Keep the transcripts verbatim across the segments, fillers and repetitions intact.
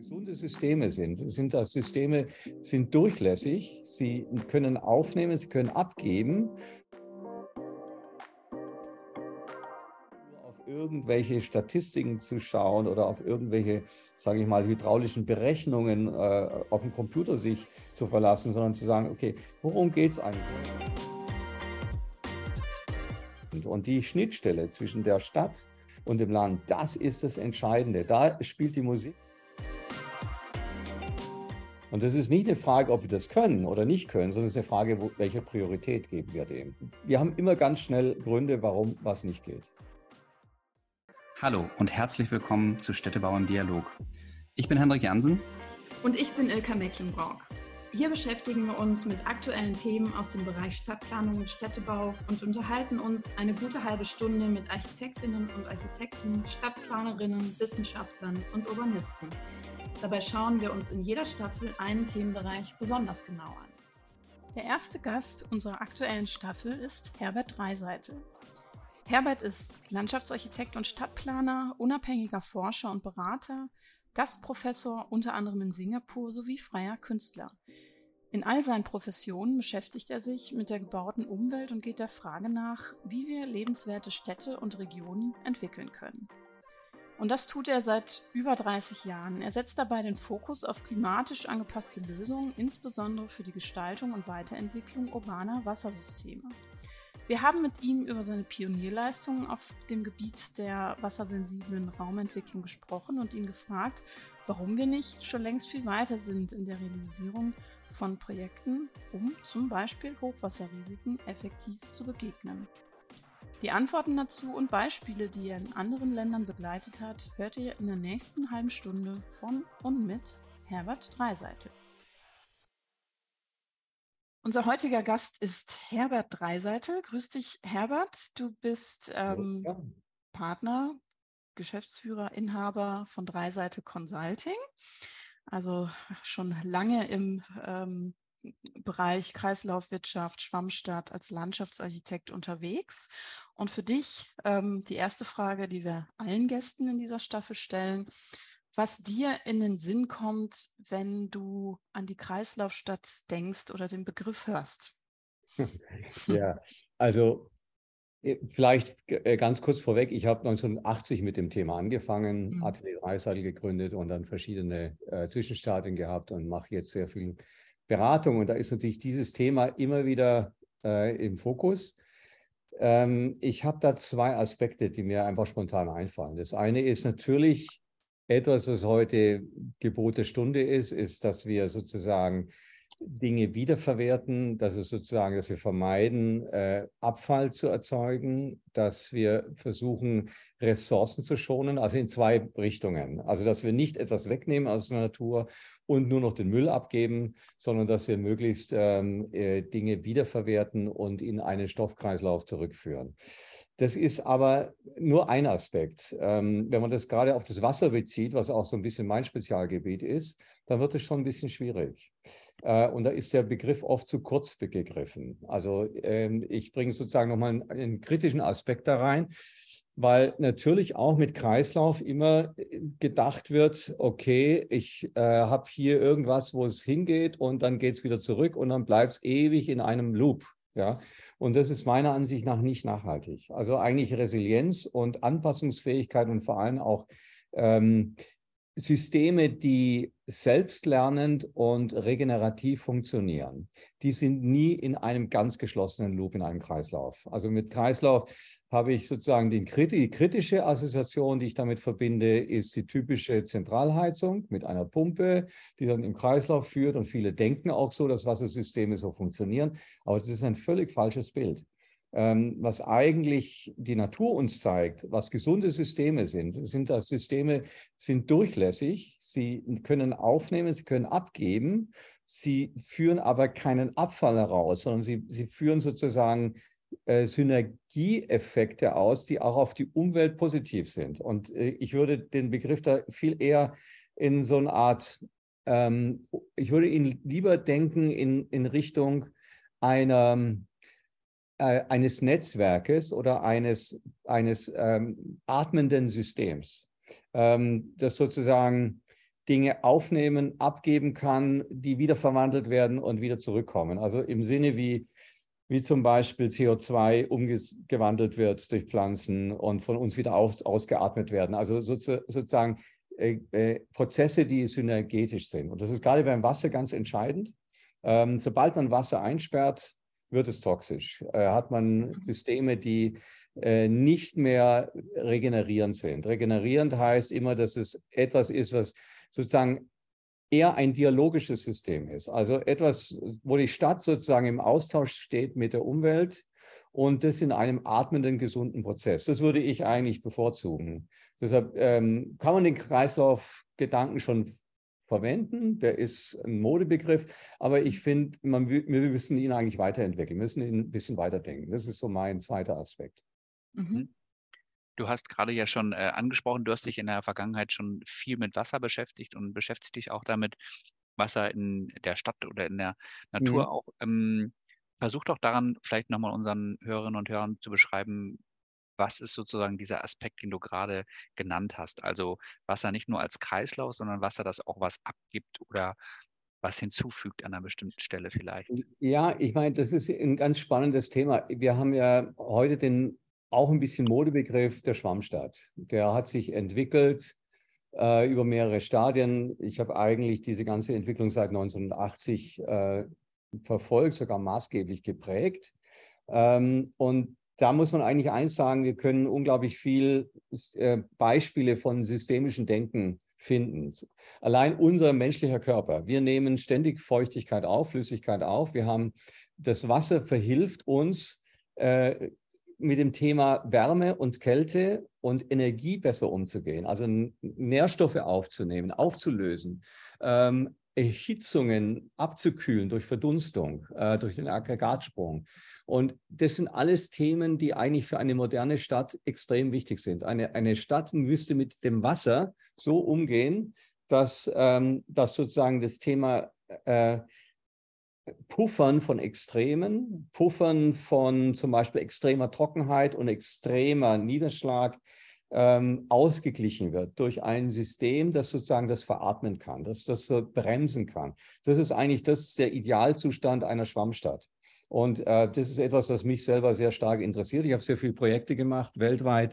gesunde Systeme sind, sind das Systeme, sind durchlässig, sie können aufnehmen, sie können abgeben. Auf irgendwelche Statistiken zu schauen oder auf irgendwelche, sage ich mal, hydraulischen Berechnungen äh, auf dem Computer sich zu verlassen, sondern zu sagen, okay, worum geht es eigentlich? Und die Schnittstelle zwischen der Stadt und dem Land, das ist das Entscheidende. Da spielt die Musik. Und das ist nicht eine Frage, ob wir das können oder nicht können, sondern es ist eine Frage, wo, welche Priorität geben wir dem. Wir haben immer ganz schnell Gründe, warum was nicht geht. Hallo und herzlich willkommen zu Städtebau im Dialog. Ich bin Hendrik Jansen. Und ich bin Ilka Mecklenburg. Hier beschäftigen wir uns mit aktuellen Themen aus dem Bereich Stadtplanung und Städtebau und unterhalten uns eine gute halbe Stunde mit Architektinnen und Architekten, Stadtplanerinnen, Wissenschaftlern und Urbanisten. Dabei schauen wir uns in jeder Staffel einen Themenbereich besonders genau an. Der erste Gast unserer aktuellen Staffel ist Herbert Dreiseitel. Herbert ist Landschaftsarchitekt und Stadtplaner, unabhängiger Forscher und Berater, Gastprofessor unter anderem in Singapur sowie freier Künstler. In all seinen Professionen beschäftigt er sich mit der gebauten Umwelt und geht der Frage nach, wie wir lebenswerte Städte und Regionen entwickeln können. Und das tut er seit über dreißig Jahren. Er setzt dabei den Fokus auf klimatisch angepasste Lösungen, insbesondere für die Gestaltung und Weiterentwicklung urbaner Wassersysteme. Wir haben mit ihm über seine Pionierleistungen auf dem Gebiet der wassersensiblen Raumentwicklung gesprochen und ihn gefragt, warum wir nicht schon längst viel weiter sind in der Realisierung von Projekten, um zum Beispiel Hochwasserrisiken effektiv zu begegnen. Die Antworten dazu und Beispiele, die er in anderen Ländern begleitet hat, hört ihr in der nächsten halben Stunde von und mit Herbert Dreiseitel. Unser heutiger Gast ist Herbert Dreiseitel. Grüß dich, Herbert. Du bist ähm, ja. Partner, Geschäftsführer, Inhaber von Dreiseitel Consulting. Also schon lange im ähm, Bereich Kreislaufwirtschaft, Schwammstadt als Landschaftsarchitekt unterwegs. Und für dich ähm, die erste Frage, die wir allen Gästen in dieser Staffel stellen: Was dir in den Sinn kommt, wenn du an die Kreislaufstadt denkst oder den Begriff hörst? Ja, also vielleicht ganz kurz vorweg, ich habe neunzehnhundertachtzig mit dem Thema angefangen, mhm. Atelier Dreiseitel gegründet und dann verschiedene äh, Zwischenstadien gehabt und mache jetzt sehr viel Beratung. Und da ist natürlich dieses Thema immer wieder äh, im Fokus. Ähm, ich habe da zwei Aspekte, die mir einfach spontan einfallen. Das eine ist natürlich etwas, was heute Gebot der Stunde ist, ist, dass wir sozusagen Dinge wiederverwerten, dass es sozusagen, dass wir vermeiden, äh, Abfall zu erzeugen, dass wir versuchen, Ressourcen zu schonen, also in zwei Richtungen. Also, dass wir nicht etwas wegnehmen aus der Natur und nur noch den Müll abgeben, sondern dass wir möglichst ähm, äh, Dinge wiederverwerten und in einen Stoffkreislauf zurückführen. Das ist aber nur ein Aspekt. Ähm, wenn man das gerade auf das Wasser bezieht, was auch so ein bisschen mein Spezialgebiet ist, dann wird es schon ein bisschen schwierig. Äh, und da ist der Begriff oft zu kurz gegriffen. Also ähm, ich bringe sozusagen nochmal einen, einen kritischen Aspekt da rein, weil natürlich auch mit Kreislauf immer gedacht wird, okay, ich äh, habe hier irgendwas, wo es hingeht und dann geht es wieder zurück und dann bleibt es ewig in einem Loop. Ja, und das ist meiner Ansicht nach nicht nachhaltig. Also eigentlich Resilienz und Anpassungsfähigkeit und vor allem auch ähm, Systeme, die selbstlernend und regenerativ funktionieren, die sind nie in einem ganz geschlossenen Loop, in einem Kreislauf. Also mit Kreislauf habe ich sozusagen die kritische Assoziation, die ich damit verbinde, ist die typische Zentralheizung mit einer Pumpe, die dann im Kreislauf führt. Und viele denken auch so, dass Wassersysteme so funktionieren. Aber das ist ein völlig falsches Bild. Ähm, was eigentlich die Natur uns zeigt, was gesunde Systeme sind, sind das Systeme, sind durchlässig, sie können aufnehmen, sie können abgeben, sie führen aber keinen Abfall heraus, sondern sie, sie führen sozusagen äh, Synergieeffekte aus, die auch auf die Umwelt positiv sind. Und äh, ich würde den Begriff da viel eher in so eine Art, ähm, ich würde ihn lieber denken in, in Richtung einer eines Netzwerkes oder eines, eines ähm, atmenden Systems, ähm, das sozusagen Dinge aufnehmen, abgeben kann, die wieder verwandelt werden und wieder zurückkommen. Also im Sinne wie, wie zum Beispiel C O zwei umgewandelt wird durch Pflanzen und von uns wieder aus, ausgeatmet werden. Also sozu, sozusagen äh, äh, Prozesse, die synergetisch sind. Und das ist gerade beim Wasser ganz entscheidend. Ähm, sobald man Wasser einsperrt, wird es toxisch. Äh, hat man Systeme, die äh, nicht mehr regenerierend sind. Regenerierend heißt immer, dass es etwas ist, was sozusagen eher ein dialogisches System ist. Also etwas, wo die Stadt sozusagen im Austausch steht mit der Umwelt und das in einem atmenden, gesunden Prozess. Das würde ich eigentlich bevorzugen. Deshalb ähm, kann man den Kreislaufgedanken schon verwenden. Der ist ein Modebegriff, aber ich finde, wir müssen ihn eigentlich weiterentwickeln, wir müssen ihn ein bisschen weiterdenken. Das ist so mein zweiter Aspekt. Mhm. Du hast gerade ja schon äh, angesprochen, du hast dich in der Vergangenheit schon viel mit Wasser beschäftigt und beschäftigst dich auch damit, Wasser in der Stadt oder in der Natur Mhm. auch. Ähm, versuch doch daran, vielleicht nochmal unseren Hörerinnen und Hörern zu beschreiben, was ist sozusagen dieser Aspekt, den du gerade genannt hast? Also Wasser nicht nur als Kreislauf, sondern Wasser, das auch was abgibt oder was hinzufügt an einer bestimmten Stelle vielleicht. Ja, ich meine, das ist ein ganz spannendes Thema. Wir haben ja heute den auch ein bisschen Modebegriff der Schwammstadt. Der hat sich entwickelt äh, über mehrere Stadien. Ich habe eigentlich diese ganze Entwicklung seit neunzehnhundertachtzig äh, verfolgt, sogar maßgeblich geprägt. Ähm, und da muss man eigentlich eins sagen, wir können unglaublich viel äh, Beispiele von systemischem Denken finden. Allein unser menschlicher Körper. Wir nehmen ständig Feuchtigkeit auf, Flüssigkeit auf. Wir haben, das Wasser verhilft uns, äh, mit dem Thema Wärme und Kälte und Energie besser umzugehen. Also Nährstoffe aufzunehmen, aufzulösen, ähm, Erhitzungen abzukühlen durch Verdunstung, äh, durch den Aggregatsprung. Und das sind alles Themen, die eigentlich für eine moderne Stadt extrem wichtig sind. Eine, eine Stadt müsste mit dem Wasser so umgehen, dass, ähm, dass sozusagen das Thema äh, Puffern von Extremen, Puffern von zum Beispiel extremer Trockenheit und extremer Niederschlag ähm, ausgeglichen wird durch ein System, das sozusagen das veratmen kann, das das so bremsen kann. Das ist eigentlich das, der Idealzustand einer Schwammstadt. Und äh, das ist etwas, was mich selber sehr stark interessiert. Ich habe sehr viele Projekte gemacht, weltweit,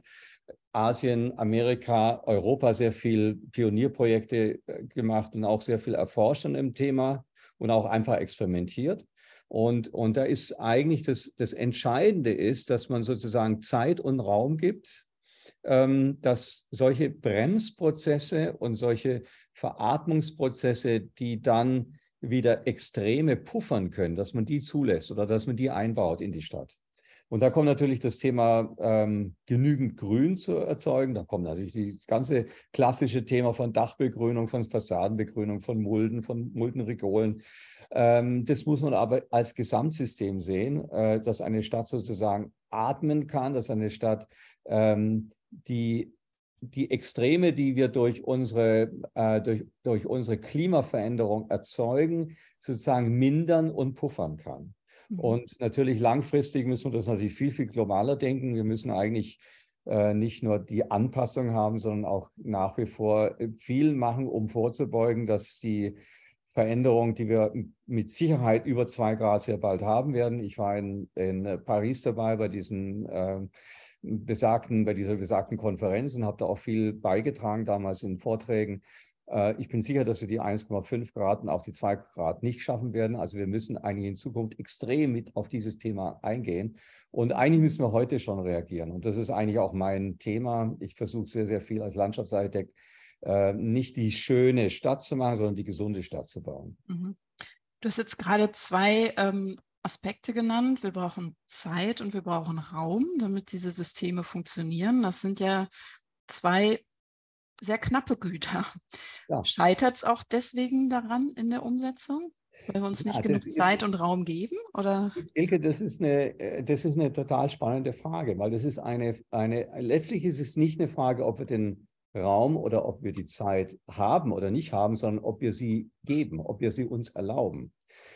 Asien, Amerika, Europa, sehr viel Pionierprojekte äh, gemacht und auch sehr viel erforscht an dem Thema und auch einfach experimentiert. Und, und da ist eigentlich das, das Entscheidende ist, dass man sozusagen Zeit und Raum gibt, ähm, dass solche Bremsprozesse und solche Veratmungsprozesse, die dann wieder Extreme puffern können, dass man die zulässt oder dass man die einbaut in die Stadt. Und da kommt natürlich das Thema ähm, genügend Grün zu erzeugen. Da kommt natürlich das ganze klassische Thema von Dachbegrünung, von Fassadenbegrünung, von Mulden, von Muldenregolen. Ähm, das muss man aber als Gesamtsystem sehen, äh, dass eine Stadt sozusagen atmen kann, dass eine Stadt ähm, die, die Extreme, die wir durch unsere, äh, durch, durch unsere Klimaveränderung erzeugen, sozusagen mindern und puffern kann. Und natürlich langfristig müssen wir das natürlich viel, viel globaler denken. Wir müssen eigentlich äh, nicht nur die Anpassung haben, sondern auch nach wie vor viel machen, um vorzubeugen, dass die Veränderung, die wir mit Sicherheit über zwei Grad sehr bald haben werden. Ich war in, in Paris dabei bei diesen äh, besagten, bei dieser besagten Konferenz und habe da auch viel beigetragen, damals in Vorträgen. Ich bin sicher, dass wir die eins Komma fünf Grad und auch die zwei Grad nicht schaffen werden. Also wir müssen eigentlich in Zukunft extrem mit auf dieses Thema eingehen. Und eigentlich müssen wir heute schon reagieren. Und das ist eigentlich auch mein Thema. Ich versuche sehr, sehr viel als Landschaftsarchitekt, äh, nicht die schöne Stadt zu machen, sondern die gesunde Stadt zu bauen. Mhm. Du hast jetzt gerade zwei ähm, Aspekte genannt. Wir brauchen Zeit und wir brauchen Raum, damit diese Systeme funktionieren. Das sind ja zwei sehr knappe Güter. Ja. Scheitert es auch deswegen daran in der Umsetzung, weil wir uns ja, nicht genug Zeit und Raum geben? Oder? Elke, das ist eine, das ist eine total spannende Frage, weil das ist eine, eine, letztlich ist es nicht eine Frage, ob wir den Raum oder ob wir die Zeit haben oder nicht haben, sondern ob wir sie geben, ob wir sie uns erlauben.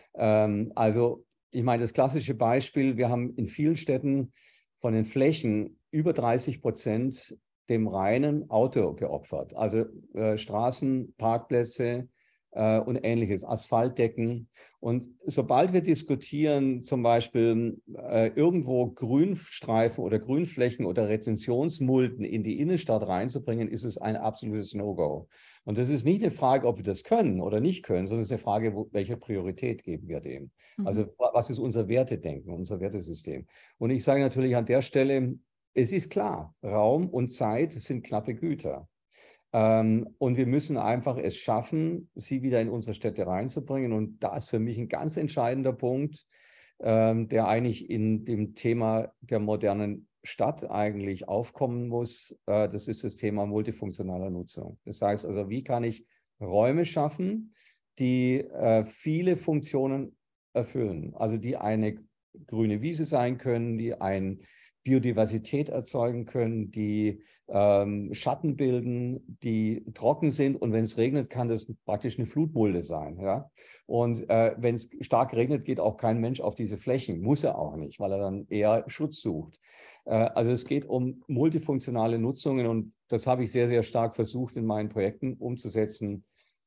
Ähm, also, ich meine, das klassische Beispiel, wir haben in vielen Städten von den Flächen über dreißig Prozent dem reinen Auto geopfert. Also äh, Straßen, Parkplätze äh, und ähnliches, Asphaltdecken. Und sobald wir diskutieren, zum Beispiel äh, irgendwo Grünstreifen oder Grünflächen oder Retentionsmulden in die Innenstadt reinzubringen, ist es ein absolutes No-Go. Und das ist nicht eine Frage, ob wir das können oder nicht können, sondern es ist eine Frage, wo, welche Priorität geben wir dem? Mhm. Also was ist unser Wertedenken, unser Wertesystem? Und ich sage natürlich an der Stelle, es ist klar, Raum und Zeit sind knappe Güter. Ähm, und wir müssen einfach es schaffen, sie wieder in unsere Städte reinzubringen. Und da ist für mich ein ganz entscheidender Punkt, ähm, der eigentlich in dem Thema der modernen Stadt eigentlich aufkommen muss. Äh, das ist das Thema multifunktionaler Nutzung. Das heißt also, wie kann ich Räume schaffen, die äh, viele Funktionen erfüllen? Also die eine grüne Wiese sein können, die ein Biodiversität erzeugen können, die ähm, Schatten bilden, die trocken sind. Und wenn es regnet, kann das praktisch eine Flutmulde sein. Ja? Und äh, wenn es stark regnet, geht auch kein Mensch auf diese Flächen. Muss er auch nicht, weil er dann eher Schutz sucht. Äh, also es geht um multifunktionale Nutzungen. Und das habe ich sehr, sehr stark versucht, in meinen Projekten umzusetzen.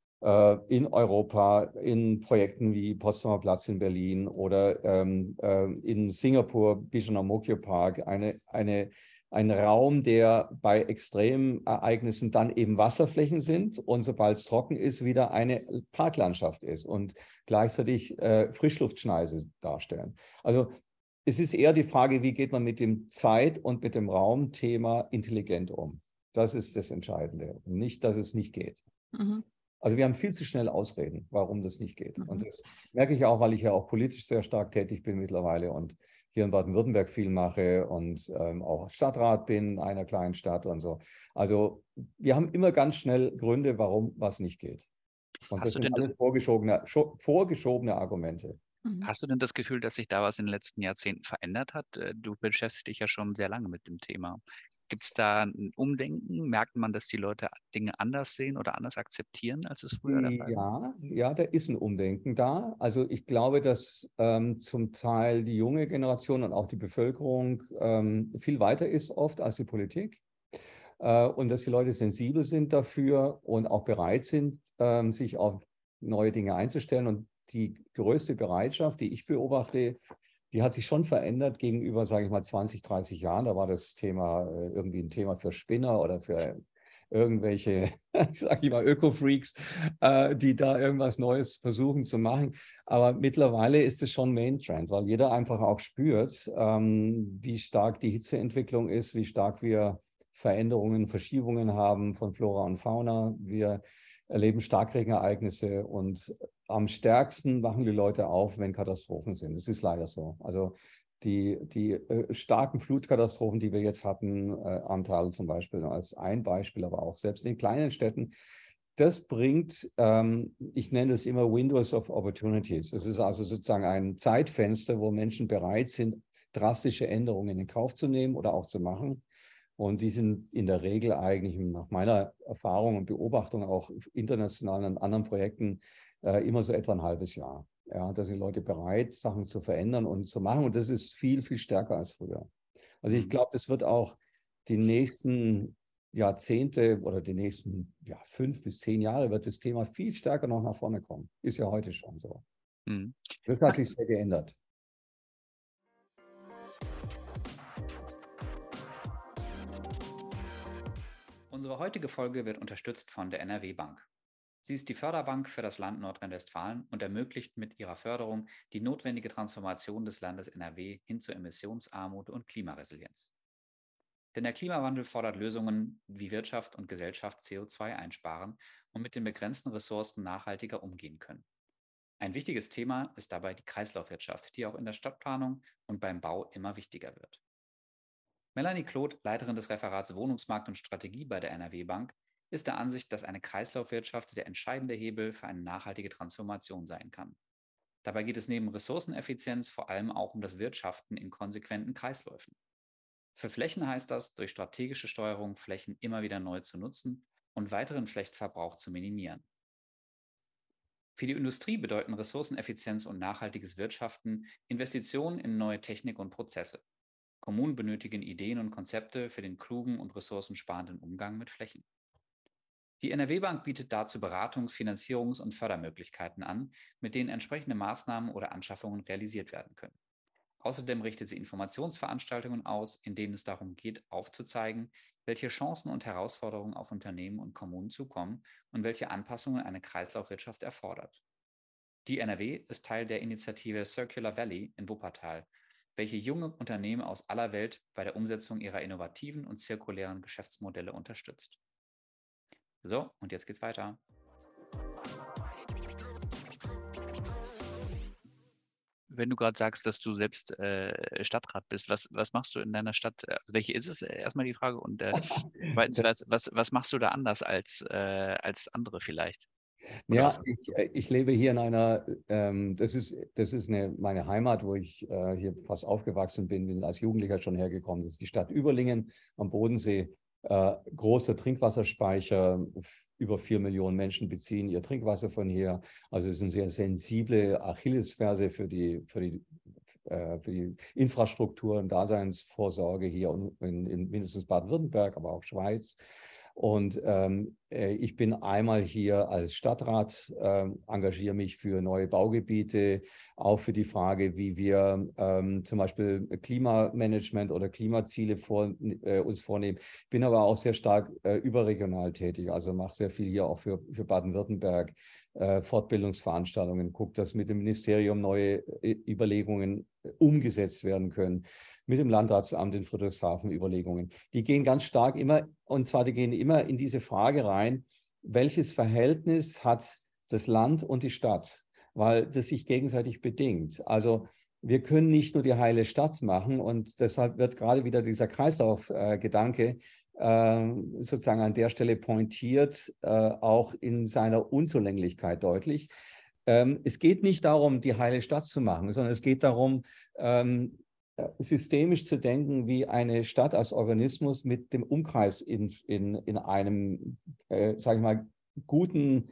In Europa, in Projekten wie Potsdamer Platz in Berlin oder ähm, äh, in Singapur, Bishanamokyo Park, eine, eine, ein Raum, der bei Extremereignissen dann eben Wasserflächen sind und sobald es trocken ist, wieder eine Parklandschaft ist und gleichzeitig äh, Frischluftschneise darstellen. Also es ist eher die Frage, wie geht man mit dem Zeit- und mit dem Raumthema intelligent um. Das ist das Entscheidende und nicht, dass es nicht geht. Mhm. Also wir haben viel zu schnell Ausreden, warum das nicht geht. Mhm. Und das merke ich auch, weil ich ja auch politisch sehr stark tätig bin mittlerweile und hier in Baden-Württemberg viel mache und ähm, auch Stadtrat bin in einer kleinen Stadt und so. Also wir haben immer ganz schnell Gründe, warum was nicht geht. Und Hast das du sind denn alles vorgeschobene, vorgeschobene Argumente. Hast du denn das Gefühl, dass sich da was in den letzten Jahrzehnten verändert hat? Du beschäftigst dich ja schon sehr lange mit dem Thema. Gibt es da ein Umdenken? Merkt man, dass die Leute Dinge anders sehen oder anders akzeptieren, als es früher der Fall war? Ja, ja, da ist ein Umdenken da. Also ich glaube, dass ähm, zum Teil die junge Generation und auch die Bevölkerung ähm, viel weiter ist oft als die Politik. Äh, und dass die Leute sensibel sind dafür und auch bereit sind, ähm, sich auf neue Dinge einzustellen. Und die größte Bereitschaft, die ich beobachte, die hat sich schon verändert gegenüber, sage ich mal, zwanzig, dreißig Jahren. Da war das Thema äh, irgendwie ein Thema für Spinner oder für irgendwelche, sage ich mal, Öko-Freaks, äh, die da irgendwas Neues versuchen zu machen. Aber mittlerweile ist es schon Main-Trend, weil jeder einfach auch spürt, ähm, wie stark die Hitzeentwicklung ist, wie stark wir Veränderungen, Verschiebungen haben von Flora und Fauna. Wir erleben Starkregenereignisse und am stärksten wachen die Leute auf, wenn Katastrophen sind. Das ist leider so. Also die, die äh, starken Flutkatastrophen, die wir jetzt hatten, äh, Ahrntal zum Beispiel als ein Beispiel, aber auch selbst in kleinen Städten, das bringt, ähm, ich nenne es immer Windows of Opportunities. Das ist also sozusagen ein Zeitfenster, wo Menschen bereit sind, drastische Änderungen in Kauf zu nehmen oder auch zu machen. Und die sind in der Regel eigentlich nach meiner Erfahrung und Beobachtung auch international an anderen Projekten äh, immer so etwa ein halbes Jahr. Ja, da sind Leute bereit, Sachen zu verändern und zu machen. Und das ist viel, viel stärker als früher. Also ich glaube, das wird auch die nächsten Jahrzehnte oder die nächsten ja, fünf bis zehn Jahre wird das Thema viel stärker noch nach vorne kommen. Ist ja heute schon so. Mhm. Das hat sich sehr geändert. Unsere heutige Folge wird unterstützt von der N R W Bank. Sie ist die Förderbank für das Land Nordrhein-Westfalen und ermöglicht mit ihrer Förderung die notwendige Transformation des Landes N R W hin zur Emissionsarmut und Klimaresilienz. Denn der Klimawandel fordert Lösungen, wie Wirtschaft und Gesellschaft C O zwei einsparen und mit den begrenzten Ressourcen nachhaltiger umgehen können. Ein wichtiges Thema ist dabei die Kreislaufwirtschaft, die auch in der Stadtplanung und beim Bau immer wichtiger wird. Melanie Kloth, Leiterin des Referats Wohnungsmarkt und Strategie bei der N R W Bank, ist der Ansicht, dass eine Kreislaufwirtschaft der entscheidende Hebel für eine nachhaltige Transformation sein kann. Dabei geht es neben Ressourceneffizienz vor allem auch um das Wirtschaften in konsequenten Kreisläufen. Für Flächen heißt das, durch strategische Steuerung Flächen immer wieder neu zu nutzen und weiteren Flächenverbrauch zu minimieren. Für die Industrie bedeuten Ressourceneffizienz und nachhaltiges Wirtschaften Investitionen in neue Technik und Prozesse. Kommunen benötigen Ideen und Konzepte für den klugen und ressourcensparenden Umgang mit Flächen. Die N R W-Bank bietet dazu Beratungs-, Finanzierungs- und Fördermöglichkeiten an, mit denen entsprechende Maßnahmen oder Anschaffungen realisiert werden können. Außerdem richtet sie Informationsveranstaltungen aus, in denen es darum geht, aufzuzeigen, welche Chancen und Herausforderungen auf Unternehmen und Kommunen zukommen und welche Anpassungen eine Kreislaufwirtschaft erfordert. Die N R W ist Teil der Initiative Circular Valley in Wuppertal, welche junge Unternehmen aus aller Welt bei der Umsetzung ihrer innovativen und zirkulären Geschäftsmodelle unterstützt. So, und jetzt geht's weiter. Wenn du gerade sagst, dass du selbst äh, Stadtrat bist, was, was machst du in deiner Stadt? Also welche ist es? Erstmal die Frage. Und äh, zweitens, was, was, was machst du da anders als, äh, als andere vielleicht? Oder Ja, was? ich, äh, ich lebe hier in einer, ähm, das ist, das ist eine, meine Heimat, wo ich äh, hier fast aufgewachsen bin, bin als Jugendlicher schon hergekommen. Das ist die Stadt Überlingen am Bodensee. Äh, großer Trinkwasserspeicher, über vier Millionen Menschen beziehen ihr Trinkwasser von hier. Also es ist eine sehr sensible Achillesferse für die, für die, äh, für die Infrastruktur und Daseinsvorsorge hier in, in mindestens Baden-Württemberg, aber auch Schweiz. Und ähm, ich bin einmal hier als Stadtrat, äh, engagiere mich für neue Baugebiete, auch für die Frage, wie wir ähm, zum Beispiel Klimamanagement oder Klimaziele vor, äh, uns vornehmen. Bin aber auch sehr stark äh, überregional tätig, also mache sehr viel hier auch für, für Baden-Württemberg, äh, Fortbildungsveranstaltungen, gucke, dass mit dem Ministerium neue äh, Überlegungen umgesetzt werden können, mit dem Landratsamt in Friedrichshafen Überlegungen. Die gehen ganz stark immer, und zwar die gehen immer in diese Frage rein, welches Verhältnis hat das Land und die Stadt, weil das sich gegenseitig bedingt. Also wir können nicht nur die heile Stadt machen und deshalb wird gerade wieder dieser Kreislaufgedanke äh, sozusagen an der Stelle pointiert, äh, auch in seiner Unzulänglichkeit deutlich. Ähm, es geht nicht darum, die heile Stadt zu machen, sondern es geht darum, ähm, systemisch zu denken, wie eine Stadt als Organismus mit dem Umkreis in, in, in einem, äh, sage ich mal, guten,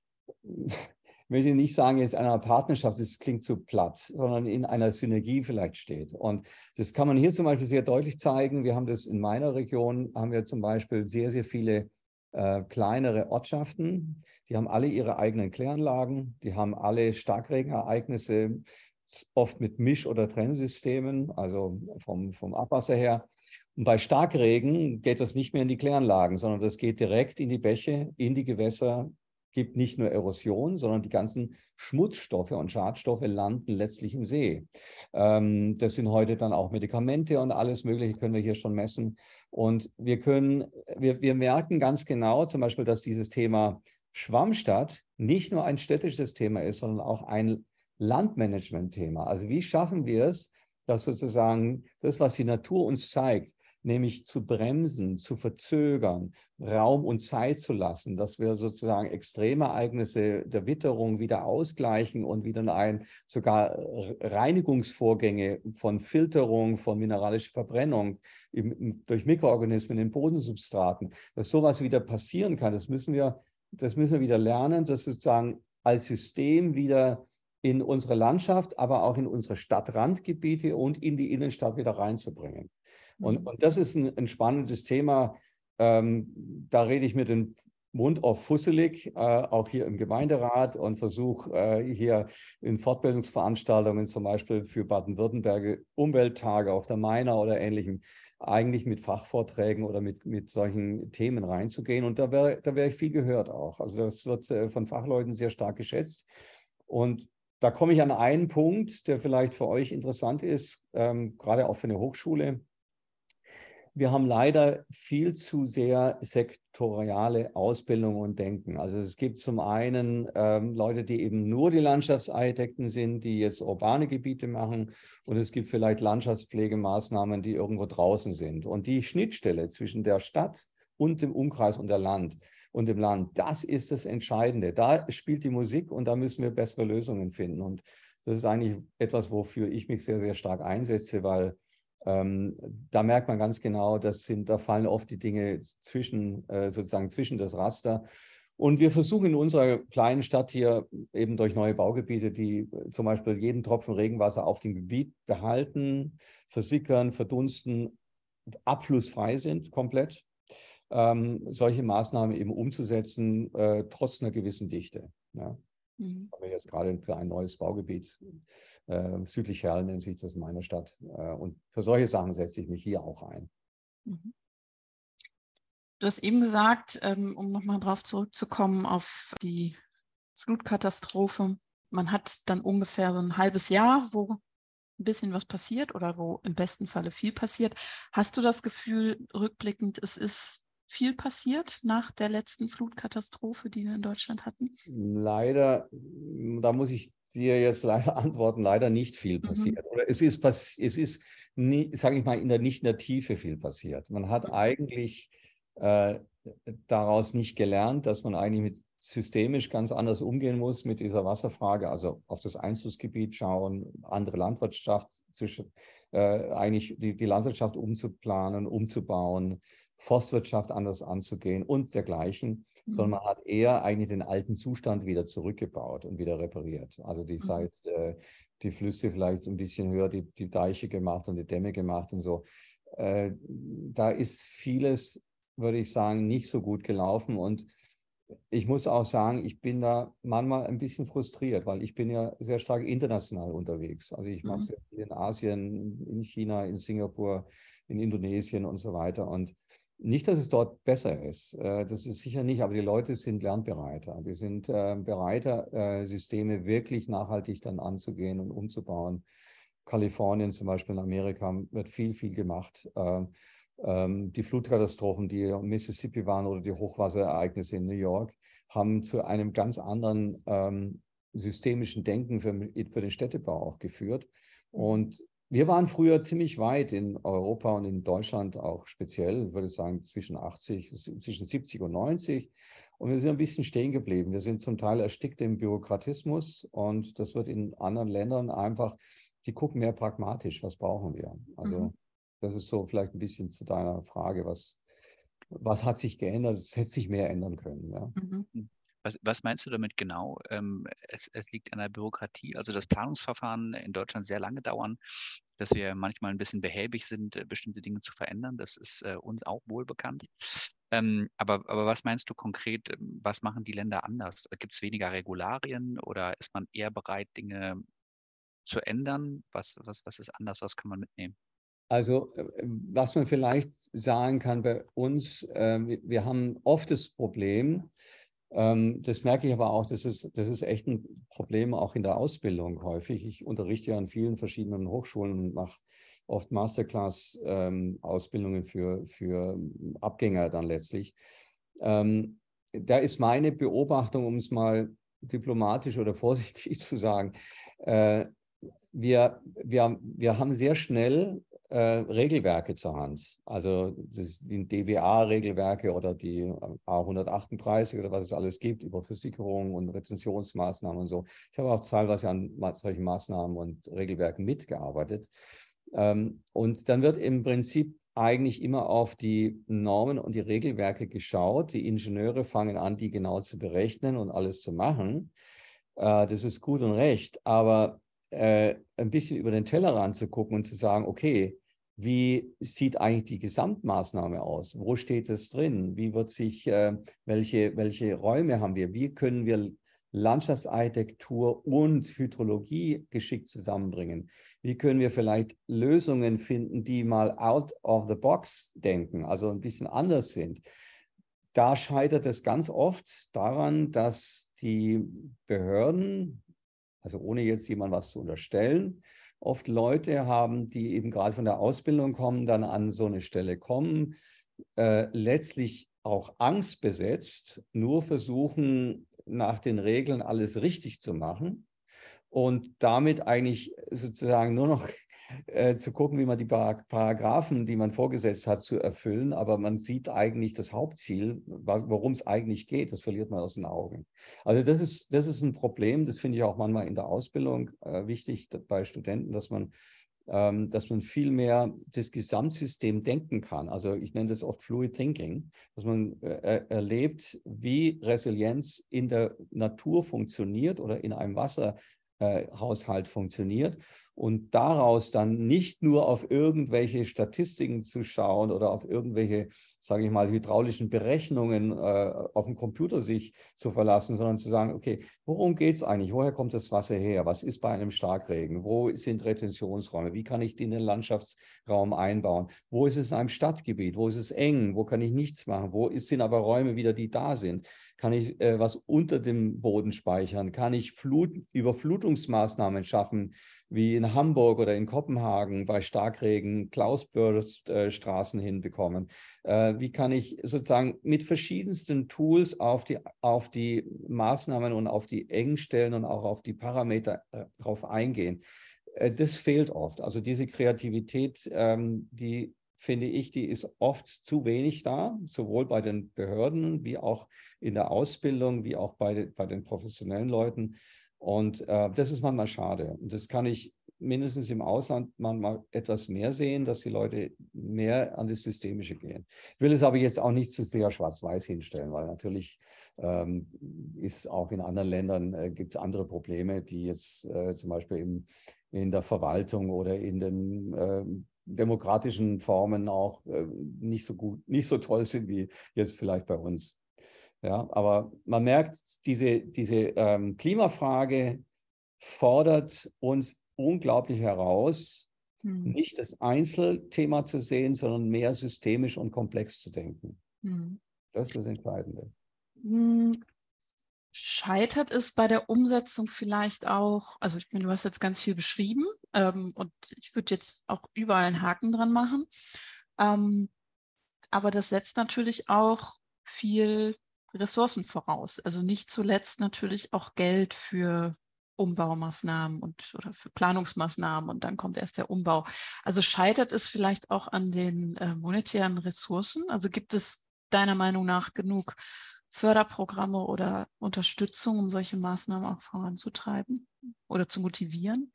ich will nicht sagen jetzt einer Partnerschaft, das klingt zu platt, sondern in einer Synergie vielleicht steht. Und das kann man hier zum Beispiel sehr deutlich zeigen. Wir haben das in meiner Region, haben wir zum Beispiel sehr, sehr viele äh, kleinere Ortschaften. Die haben alle ihre eigenen Kläranlagen, die haben alle Starkregenereignisse, oft mit Misch- oder Trennsystemen, also vom, vom Abwasser her. Und bei Starkregen geht das nicht mehr in die Kläranlagen, sondern das geht direkt in die Bäche, in die Gewässer, gibt nicht nur Erosion, sondern die ganzen Schmutzstoffe und Schadstoffe landen letztlich im See. Ähm, das sind heute dann auch Medikamente und alles Mögliche können wir hier schon messen. Und wir können, wir, wir merken ganz genau zum Beispiel, dass dieses Thema Schwammstadt nicht nur ein städtisches Thema ist, sondern auch ein Landmanagement-Thema. Also wie schaffen wir es, dass sozusagen das, was die Natur uns zeigt, nämlich zu bremsen, zu verzögern, Raum und Zeit zu lassen, dass wir sozusagen Extremereignisse der Witterung wieder ausgleichen und wieder ein, sogar Reinigungsvorgänge von Filterung, von mineralischer Verbrennung im, durch Mikroorganismen in Bodensubstraten, dass sowas wieder passieren kann. Das müssen wir, das müssen wir wieder lernen, das sozusagen als System wieder in unsere Landschaft, aber auch in unsere Stadtrandgebiete und in die Innenstadt wieder reinzubringen. Mhm. Und, und das ist ein, ein spannendes Thema. Ähm, da rede ich mir den Mund auf fusselig, äh, auch hier im Gemeinderat und versuche äh, hier in Fortbildungsveranstaltungen, zum Beispiel für Baden-Württemberg Umwelttage auf der Mainer oder Ähnlichem, eigentlich mit Fachvorträgen oder mit, mit solchen Themen reinzugehen. Und da wäre da wär ich viel gehört auch. Also das wird äh, von Fachleuten sehr stark geschätzt. Und da komme ich an einen Punkt, der vielleicht für euch interessant ist, ähm, gerade auch für eine Hochschule. Wir haben leider viel zu sehr sektoriale Ausbildung und Denken. Also es gibt zum einen ähm, Leute, die eben nur die Landschaftsarchitekten sind, die jetzt urbane Gebiete machen. Und es gibt vielleicht Landschaftspflegemaßnahmen, die irgendwo draußen sind. Und die Schnittstelle zwischen der Stadt und dem Umkreis und der Land und dem Land, das ist das Entscheidende. Da spielt die Musik und da müssen wir bessere Lösungen finden. Und das ist eigentlich etwas, wofür ich mich sehr, sehr stark einsetze, weil ähm, da merkt man ganz genau, das sind, da fallen oft die Dinge zwischen, äh, sozusagen zwischen das Raster. Und wir versuchen in unserer kleinen Stadt hier eben durch neue Baugebiete, die zum Beispiel jeden Tropfen Regenwasser auf dem Gebiet behalten, versickern, verdunsten, abflussfrei sind komplett, ähm, solche Maßnahmen eben umzusetzen, äh, trotz einer gewissen Dichte. Ja. Mhm. Das haben wir jetzt gerade für ein neues Baugebiet, äh, südlich Herrn nennt sich das in meiner Stadt. Äh, und für solche Sachen setze ich mich hier auch ein. Mhm. Du hast eben gesagt, ähm, um nochmal drauf zurückzukommen auf die Flutkatastrophe, man hat dann ungefähr so ein halbes Jahr, wo ein bisschen was passiert oder wo im besten Falle viel passiert. Hast du das Gefühl, rückblickend, es ist viel passiert nach der letzten Flutkatastrophe, die wir in Deutschland hatten? Leider, da muss ich dir jetzt leider antworten, leider nicht viel passiert. Mhm. Oder es ist, es ist sage ich mal, in der, nicht in der Tiefe viel passiert. Man hat mhm. eigentlich äh, daraus nicht gelernt, dass man eigentlich mit systemisch ganz anders umgehen muss mit dieser Wasserfrage, also auf das Einzugsgebiet schauen, andere Landwirtschaft, zwischen, äh, eigentlich die, die Landwirtschaft umzuplanen, umzubauen, Forstwirtschaft anders anzugehen und dergleichen, mhm. sondern man hat eher eigentlich den alten Zustand wieder zurückgebaut und wieder repariert. Also die mhm. seit äh, die Flüsse vielleicht ein bisschen höher, die, die Deiche gemacht und die Dämme gemacht und so. Äh, da ist vieles, würde ich sagen, nicht so gut gelaufen. Und ich muss auch sagen, ich bin da manchmal ein bisschen frustriert, weil ich bin ja sehr stark international unterwegs. Also ich mache mhm. sehr viel in Asien, in China, in Singapur, in Indonesien und so weiter. Und nicht, dass es dort besser ist, das ist sicher nicht, aber die Leute sind lernbereiter. Die sind bereiter, Systeme wirklich nachhaltig dann anzugehen und umzubauen. Kalifornien zum Beispiel in Amerika wird viel, viel gemacht. Die Flutkatastrophen, die in Mississippi waren oder die Hochwasserereignisse in New York, haben zu einem ganz anderen ähm, systemischen Denken für, für den Städtebau auch geführt. Und wir waren früher ziemlich weit in Europa und in Deutschland auch speziell, ich würde sagen zwischen achtzig, zwischen siebzig und neunzig. Und wir sind ein bisschen stehen geblieben. Wir sind zum Teil erstickt im Bürokratismus und das wird in anderen Ländern einfach, die gucken mehr pragmatisch, was brauchen wir. Also mhm. das ist so vielleicht ein bisschen zu deiner Frage, was, was hat sich geändert? Es hätte sich mehr ändern können. Ja. Mhm. Was, was meinst du damit genau? Ähm, es, es liegt an der Bürokratie, also das Planungsverfahren in Deutschland sehr lange dauern, dass wir manchmal ein bisschen behäbig sind, äh, bestimmte Dinge zu verändern. Das ist äh, uns auch wohl bekannt. Ähm, aber, aber was meinst du konkret, was machen die Länder anders? Gibt es weniger Regularien oder ist man eher bereit, Dinge zu ändern? Was, was, was ist anders? Was kann man mitnehmen? Also, was man vielleicht sagen kann bei uns, äh, wir haben oft das Problem, ähm, das merke ich aber auch, das ist, das ist echt ein Problem auch in der Ausbildung häufig. Ich unterrichte ja an vielen verschiedenen Hochschulen und mache oft Masterclass-Ausbildungen ähm, für, für Abgänger dann letztlich. Ähm, da ist meine Beobachtung, um es mal diplomatisch oder vorsichtig zu sagen, äh, wir, wir, wir haben sehr schnell Äh, Regelwerke zur Hand. Also das, die D W A-Regelwerke oder die A hundertachtunddreißig oder was es alles gibt über Versicherungen und Retentionsmaßnahmen und so. Ich habe auch zahlweise an solchen Maßnahmen und Regelwerken mitgearbeitet. Ähm, und dann wird im Prinzip eigentlich immer auf die Normen und die Regelwerke geschaut. Die Ingenieure fangen an, die genau zu berechnen und alles zu machen. Äh, das ist gut und recht, aber äh, ein bisschen über den Tellerrand zu gucken und zu sagen, okay, wie sieht eigentlich die Gesamtmaßnahme aus? Wo steht es drin? Wie wird sich, äh, welche, welche Räume haben wir? Wie können wir Landschaftsarchitektur und Hydrologie geschickt zusammenbringen? Wie können wir vielleicht Lösungen finden, die mal out of the box denken, also ein bisschen anders sind? Da scheitert es ganz oft daran, dass die Behörden, also ohne jetzt jemand was zu unterstellen, oft Leute haben, die eben gerade von der Ausbildung kommen, dann an so eine Stelle kommen, äh, letztlich auch angstbesetzt, nur versuchen, nach den Regeln alles richtig zu machen und damit eigentlich sozusagen nur noch äh, zu gucken, wie man die Paragraphen, die man vorgesetzt hat, zu erfüllen. Aber man sieht eigentlich das Hauptziel, worum es eigentlich geht, das verliert man aus den Augen. Also das ist, das ist ein Problem, das finde ich auch manchmal in der Ausbildung äh, wichtig bei Studenten, dass man ähm, dass man viel mehr das Gesamtsystem denken kann. Also ich nenne das oft Fluid Thinking, dass man äh, erlebt, wie Resilienz in der Natur funktioniert oder in einem Wasserhaushalt funktioniert und daraus dann nicht nur auf irgendwelche Statistiken zu schauen oder auf irgendwelche, sage ich mal, hydraulischen Berechnungen äh, auf dem Computer sich zu verlassen, sondern zu sagen, okay, worum geht es eigentlich? Woher kommt das Wasser her? Was ist bei einem Starkregen? Wo sind Retentionsräume? Wie kann ich die in den Landschaftsraum einbauen? Wo ist es in einem Stadtgebiet? Wo ist es eng? Wo kann ich nichts machen? Wo ist, sind aber Räume wieder, die da sind? Kann ich äh, was unter dem Boden speichern? Kann ich Flut, Überflutungsmaßnahmen schaffen, wie in Hamburg oder in Kopenhagen bei Starkregen Klausbürststraßen äh, hinbekommen? Äh, wie kann ich sozusagen mit verschiedensten Tools auf die, auf die Maßnahmen und auf die Engstellen und auch auf die Parameter äh, drauf eingehen? Äh, das fehlt oft. Also diese Kreativität, ähm, die finde ich, die ist oft zu wenig da, sowohl bei den Behörden wie auch in der Ausbildung, wie auch bei, bei den professionellen Leuten. Und äh, das ist manchmal schade. Und das kann ich mindestens im Ausland manchmal etwas mehr sehen, dass die Leute mehr an das Systemische gehen. Ich will es aber jetzt auch nicht zu sehr schwarz-weiß hinstellen, weil natürlich ähm, ist auch in anderen Ländern, äh, gibt es andere Probleme, die jetzt äh, zum Beispiel im, in der Verwaltung oder in den äh, demokratischen Formen auch äh, nicht so gut, nicht so toll sind wie jetzt vielleicht bei uns. Ja, aber man merkt, diese, diese ähm, Klimafrage fordert uns unglaublich heraus, hm. nicht das Einzelthema zu sehen, sondern mehr systemisch und komplex zu denken. Hm. Das ist das Entscheidende. Hm. Scheitert es bei der Umsetzung vielleicht auch, also ich meine, du hast jetzt ganz viel beschrieben ähm, und ich würde jetzt auch überall einen Haken dran machen, ähm, aber das setzt natürlich auch viel Ressourcen voraus, also nicht zuletzt natürlich auch Geld für Umbaumaßnahmen und oder für Planungsmaßnahmen und dann kommt erst der Umbau. Also scheitert es vielleicht auch an den äh, monetären Ressourcen? Also gibt es deiner Meinung nach genug Förderprogramme oder Unterstützung, um solche Maßnahmen auch voranzutreiben oder zu motivieren?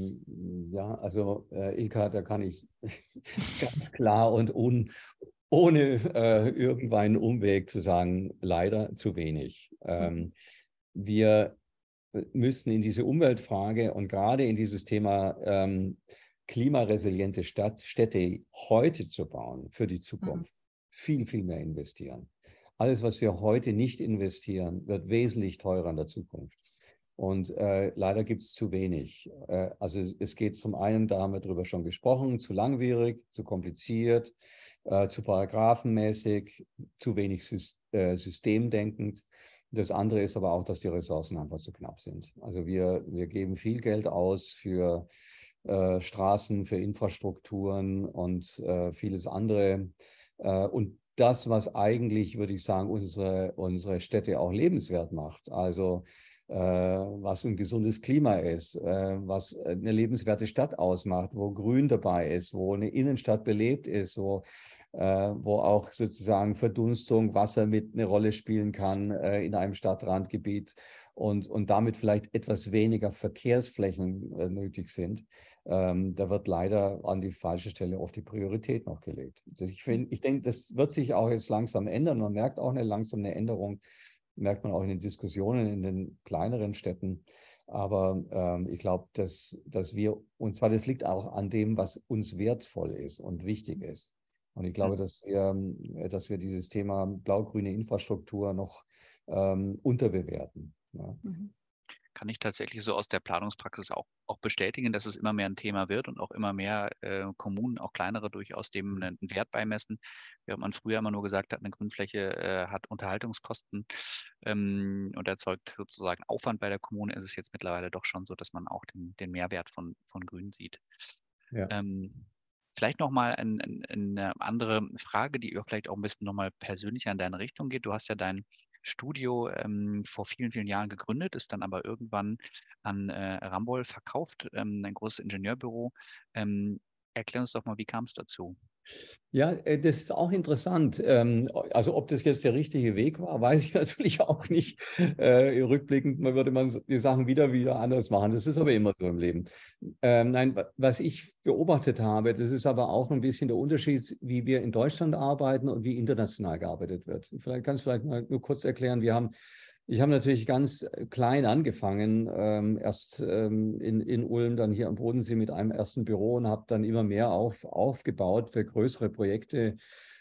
Ja, also äh, Ilka, da kann ich ganz klar und un, ohne äh, irgendeinen Umweg zu sagen, leider zu wenig. Ähm, mhm. Wir müssen in diese Umweltfrage und gerade in dieses Thema ähm, klimaresiliente Stadt, Städte heute zu bauen für die Zukunft, mhm. viel, viel mehr investieren. Alles, was wir heute nicht investieren, wird wesentlich teurer in der Zukunft. Und äh, leider gibt es zu wenig. Äh, also es, es geht zum einen, da haben wir drüber schon gesprochen, zu langwierig, zu kompliziert, äh, zu paragraphenmäßig, zu wenig Sy äh, systemdenkend. Das andere ist aber auch, dass die Ressourcen einfach zu knapp sind. Also wir, wir geben viel Geld aus für äh, Straßen, für Infrastrukturen und äh, vieles andere. Äh, und das, was eigentlich, würde ich sagen, unsere, unsere Städte auch lebenswert macht. Also äh, was ein gesundes Klima ist, äh, was eine lebenswerte Stadt ausmacht, wo Grün dabei ist, wo eine Innenstadt belebt ist, wo, äh, wo auch sozusagen Verdunstung, Wasser mit eine Rolle spielen kann äh, in einem Stadtrandgebiet und, und damit vielleicht etwas weniger Verkehrsflächen äh, nötig sind. Ähm, da wird leider an die falsche Stelle oft die Priorität noch gelegt. Das, ich find, ich denke, das wird sich auch jetzt langsam ändern. Man merkt auch eine langsame Änderung, merkt man auch in den Diskussionen in den kleineren Städten. Aber ähm, ich glaube, dass, dass wir, und zwar das liegt auch an dem, was uns wertvoll ist und wichtig ist. Und ich glaube, dass wir, dass wir dieses Thema blau-grüne Infrastruktur noch ähm, unterbewerten. Ja. Mhm. Kann ich tatsächlich so aus der Planungspraxis auch, auch bestätigen, dass es immer mehr ein Thema wird und auch immer mehr äh, Kommunen, auch kleinere, durchaus dem einen Wert beimessen. Während man früher immer nur gesagt hat, eine Grünfläche äh, hat Unterhaltungskosten ähm, und erzeugt sozusagen Aufwand bei der Kommune, ist es jetzt mittlerweile doch schon so, dass man auch den, den Mehrwert von, von Grün sieht. Ja. Ähm, Vielleicht nochmal ein, ein, eine andere Frage, die vielleicht auch ein bisschen nochmal persönlicher in deine Richtung geht. Du hast ja dein Studio ähm, vor vielen, vielen Jahren gegründet, ist dann aber irgendwann an äh, Ramboll verkauft, ähm, ein großes Ingenieurbüro. Ähm, erklär uns doch mal, wie kam es dazu? Ja, das ist auch interessant. Also ob das jetzt der richtige Weg war, weiß ich natürlich auch nicht. Rückblickend würde man die Sachen wieder, wieder anders machen. Das ist aber immer so im Leben. Nein, was ich beobachtet habe, das ist aber auch ein bisschen der Unterschied, wie wir in Deutschland arbeiten und wie international gearbeitet wird. Vielleicht kannst du vielleicht mal nur kurz erklären. Wir haben Ich habe natürlich ganz klein angefangen, ähm, erst ähm, in, in Ulm, dann hier am Bodensee mit einem ersten Büro und habe dann immer mehr auf, aufgebaut für größere Projekte.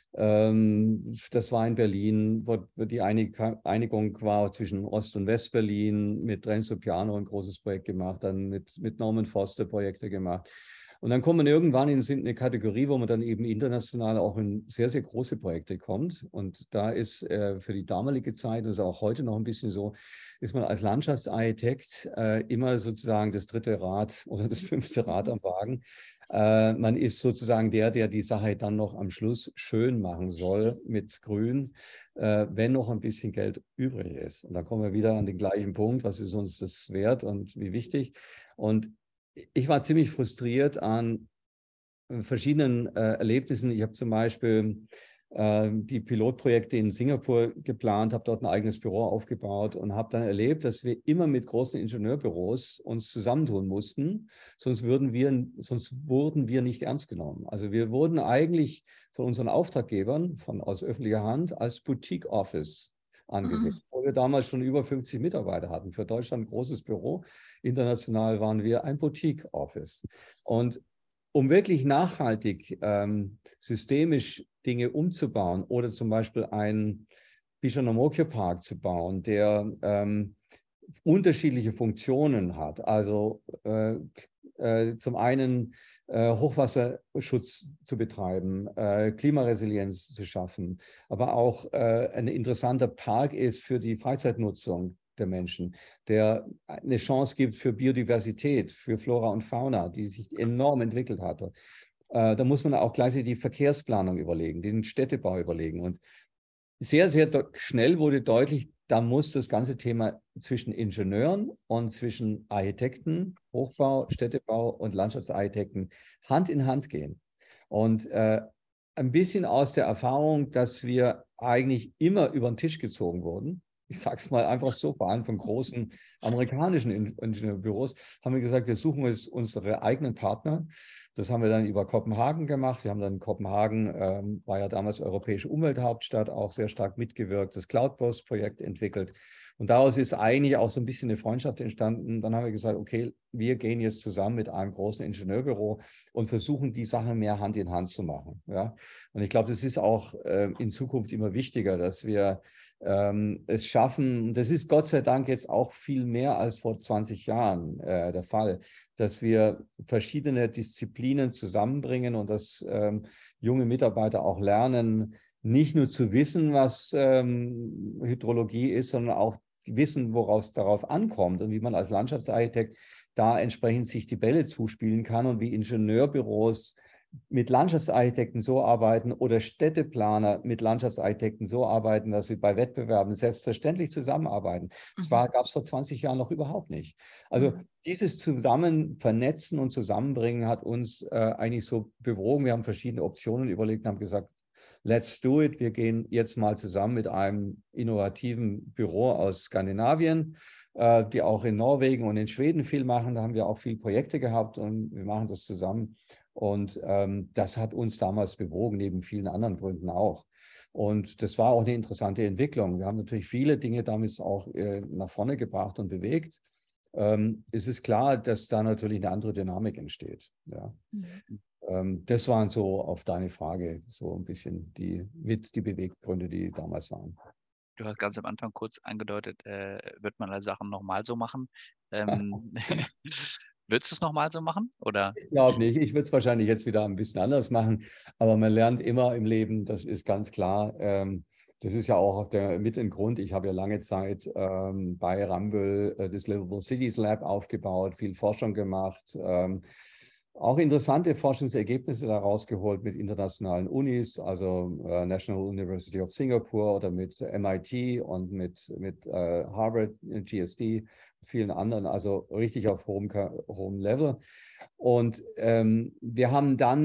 Ähm, das war in Berlin, wo, wo die Einig Einigung war zwischen Ost- und West-Berlin, mit Renzo Piano ein großes Projekt gemacht, dann mit, mit Norman Foster Projekte gemacht. Und dann kommt man irgendwann in eine Kategorie, wo man dann eben international auch in sehr, sehr große Projekte kommt. Und da ist äh, für die damalige Zeit, das ist auch heute noch ein bisschen so, ist man als Landschaftsarchitekt äh, immer sozusagen das dritte Rad oder das fünfte Rad am Wagen. Äh, man ist sozusagen der, der die Sache dann noch am Schluss schön machen soll mit Grün, äh, wenn noch ein bisschen Geld übrig ist. Und da kommen wir wieder an den gleichen Punkt, was ist uns das wert und wie wichtig. Und ich war ziemlich frustriert an verschiedenen äh, Erlebnissen. Ich habe zum Beispiel äh, die Pilotprojekte in Singapur geplant, habe dort ein eigenes Büro aufgebaut und habe dann erlebt, dass wir immer mit großen Ingenieurbüros uns zusammentun mussten, sonst würden wir, sonst wurden wir nicht ernst genommen. Also wir wurden eigentlich von unseren Auftraggebern von, aus öffentlicher Hand als Boutique-Office angesehen, wo wir damals schon über fünfzig Mitarbeiter hatten. Für Deutschland ein großes Büro. International waren wir ein Boutique-Office. Und um wirklich nachhaltig, ähm, systemisch Dinge umzubauen oder zum Beispiel einen Bishonomokyo-Park zu bauen, der ähm, unterschiedliche Funktionen hat. Also äh, äh, zum einen äh, Hochwasserschutz zu betreiben, äh, Klimaresilienz zu schaffen, aber auch äh, ein interessanter Park ist für die Freizeitnutzung der Menschen, der eine Chance gibt für Biodiversität, für Flora und Fauna, die sich enorm entwickelt hat. Äh, da muss man auch gleichzeitig die Verkehrsplanung überlegen, den Städtebau überlegen. Und sehr, sehr schnell wurde deutlich, da muss das ganze Thema zwischen Ingenieuren und zwischen Architekten, Hochbau, Städtebau und Landschaftsarchitekten Hand in Hand gehen. Und äh, ein bisschen aus der Erfahrung, dass wir eigentlich immer über den Tisch gezogen wurden, ich sage es mal einfach so, vor allem von großen amerikanischen Ingenieurbüros, haben wir gesagt, wir suchen uns unsere eigenen Partner. Das haben wir dann über Kopenhagen gemacht. Wir haben dann in Kopenhagen, ähm, war ja damals europäische Umwelthauptstadt, auch sehr stark mitgewirkt, das Cloudburst-Projekt entwickelt. Und daraus ist eigentlich auch so ein bisschen eine Freundschaft entstanden. Dann haben wir gesagt, okay, wir gehen jetzt zusammen mit einem großen Ingenieurbüro und versuchen, die Sachen mehr Hand in Hand zu machen. Ja? Und ich glaube, das ist auch äh, in Zukunft immer wichtiger, dass wir ähm, es schaffen, das ist Gott sei Dank jetzt auch viel mehr als vor zwanzig Jahren äh, der Fall, dass wir verschiedene Disziplinen zusammenbringen und dass ähm, junge Mitarbeiter auch lernen, nicht nur zu wissen, was ähm, Hydrologie ist, sondern auch wissen, worauf es darauf ankommt und wie man als Landschaftsarchitekt da entsprechend sich die Bälle zuspielen kann und wie Ingenieurbüros mit Landschaftsarchitekten so arbeiten oder Städteplaner mit Landschaftsarchitekten so arbeiten, dass sie bei Wettbewerben selbstverständlich zusammenarbeiten. Das war, gab es vor zwanzig Jahren noch überhaupt nicht. Also mhm. dieses Zusammen vernetzen und Zusammenbringen hat uns äh, eigentlich so bewogen. Wir haben verschiedene Optionen überlegt und haben gesagt, let's do it. Wir gehen jetzt mal zusammen mit einem innovativen Büro aus Skandinavien, äh, die auch in Norwegen und in Schweden viel machen. Da haben wir auch viele Projekte gehabt und wir machen das zusammen. Und ähm, das hat uns damals bewogen, neben vielen anderen Gründen auch. Und das war auch eine interessante Entwicklung. Wir haben natürlich viele Dinge damit auch äh, nach vorne gebracht und bewegt. Ähm, es ist klar, dass da natürlich eine andere Dynamik entsteht. Ja. Mhm. Ähm, das waren so auf deine Frage so ein bisschen die, mit die Beweggründe, die damals waren. Du hast ganz am Anfang kurz angedeutet, äh, wird man alle Sachen nochmal so machen? Ähm, Würdest du es nochmal so machen? Oder? Ich glaube nicht. Ich würde es wahrscheinlich jetzt wieder ein bisschen anders machen. Aber man lernt immer im Leben, das ist ganz klar. Ähm, das ist ja auch der, mit ein Grund. Ich habe ja lange Zeit ähm, bei Ramböll äh, das Livable Cities Lab aufgebaut, viel Forschung gemacht. Ähm, auch interessante Forschungsergebnisse daraus geholt mit internationalen Unis, also äh, National University of Singapore oder mit M I T und mit, mit äh, Harvard, G S D, vielen anderen, also richtig auf hohem, hohem Level. Und ähm, wir haben dann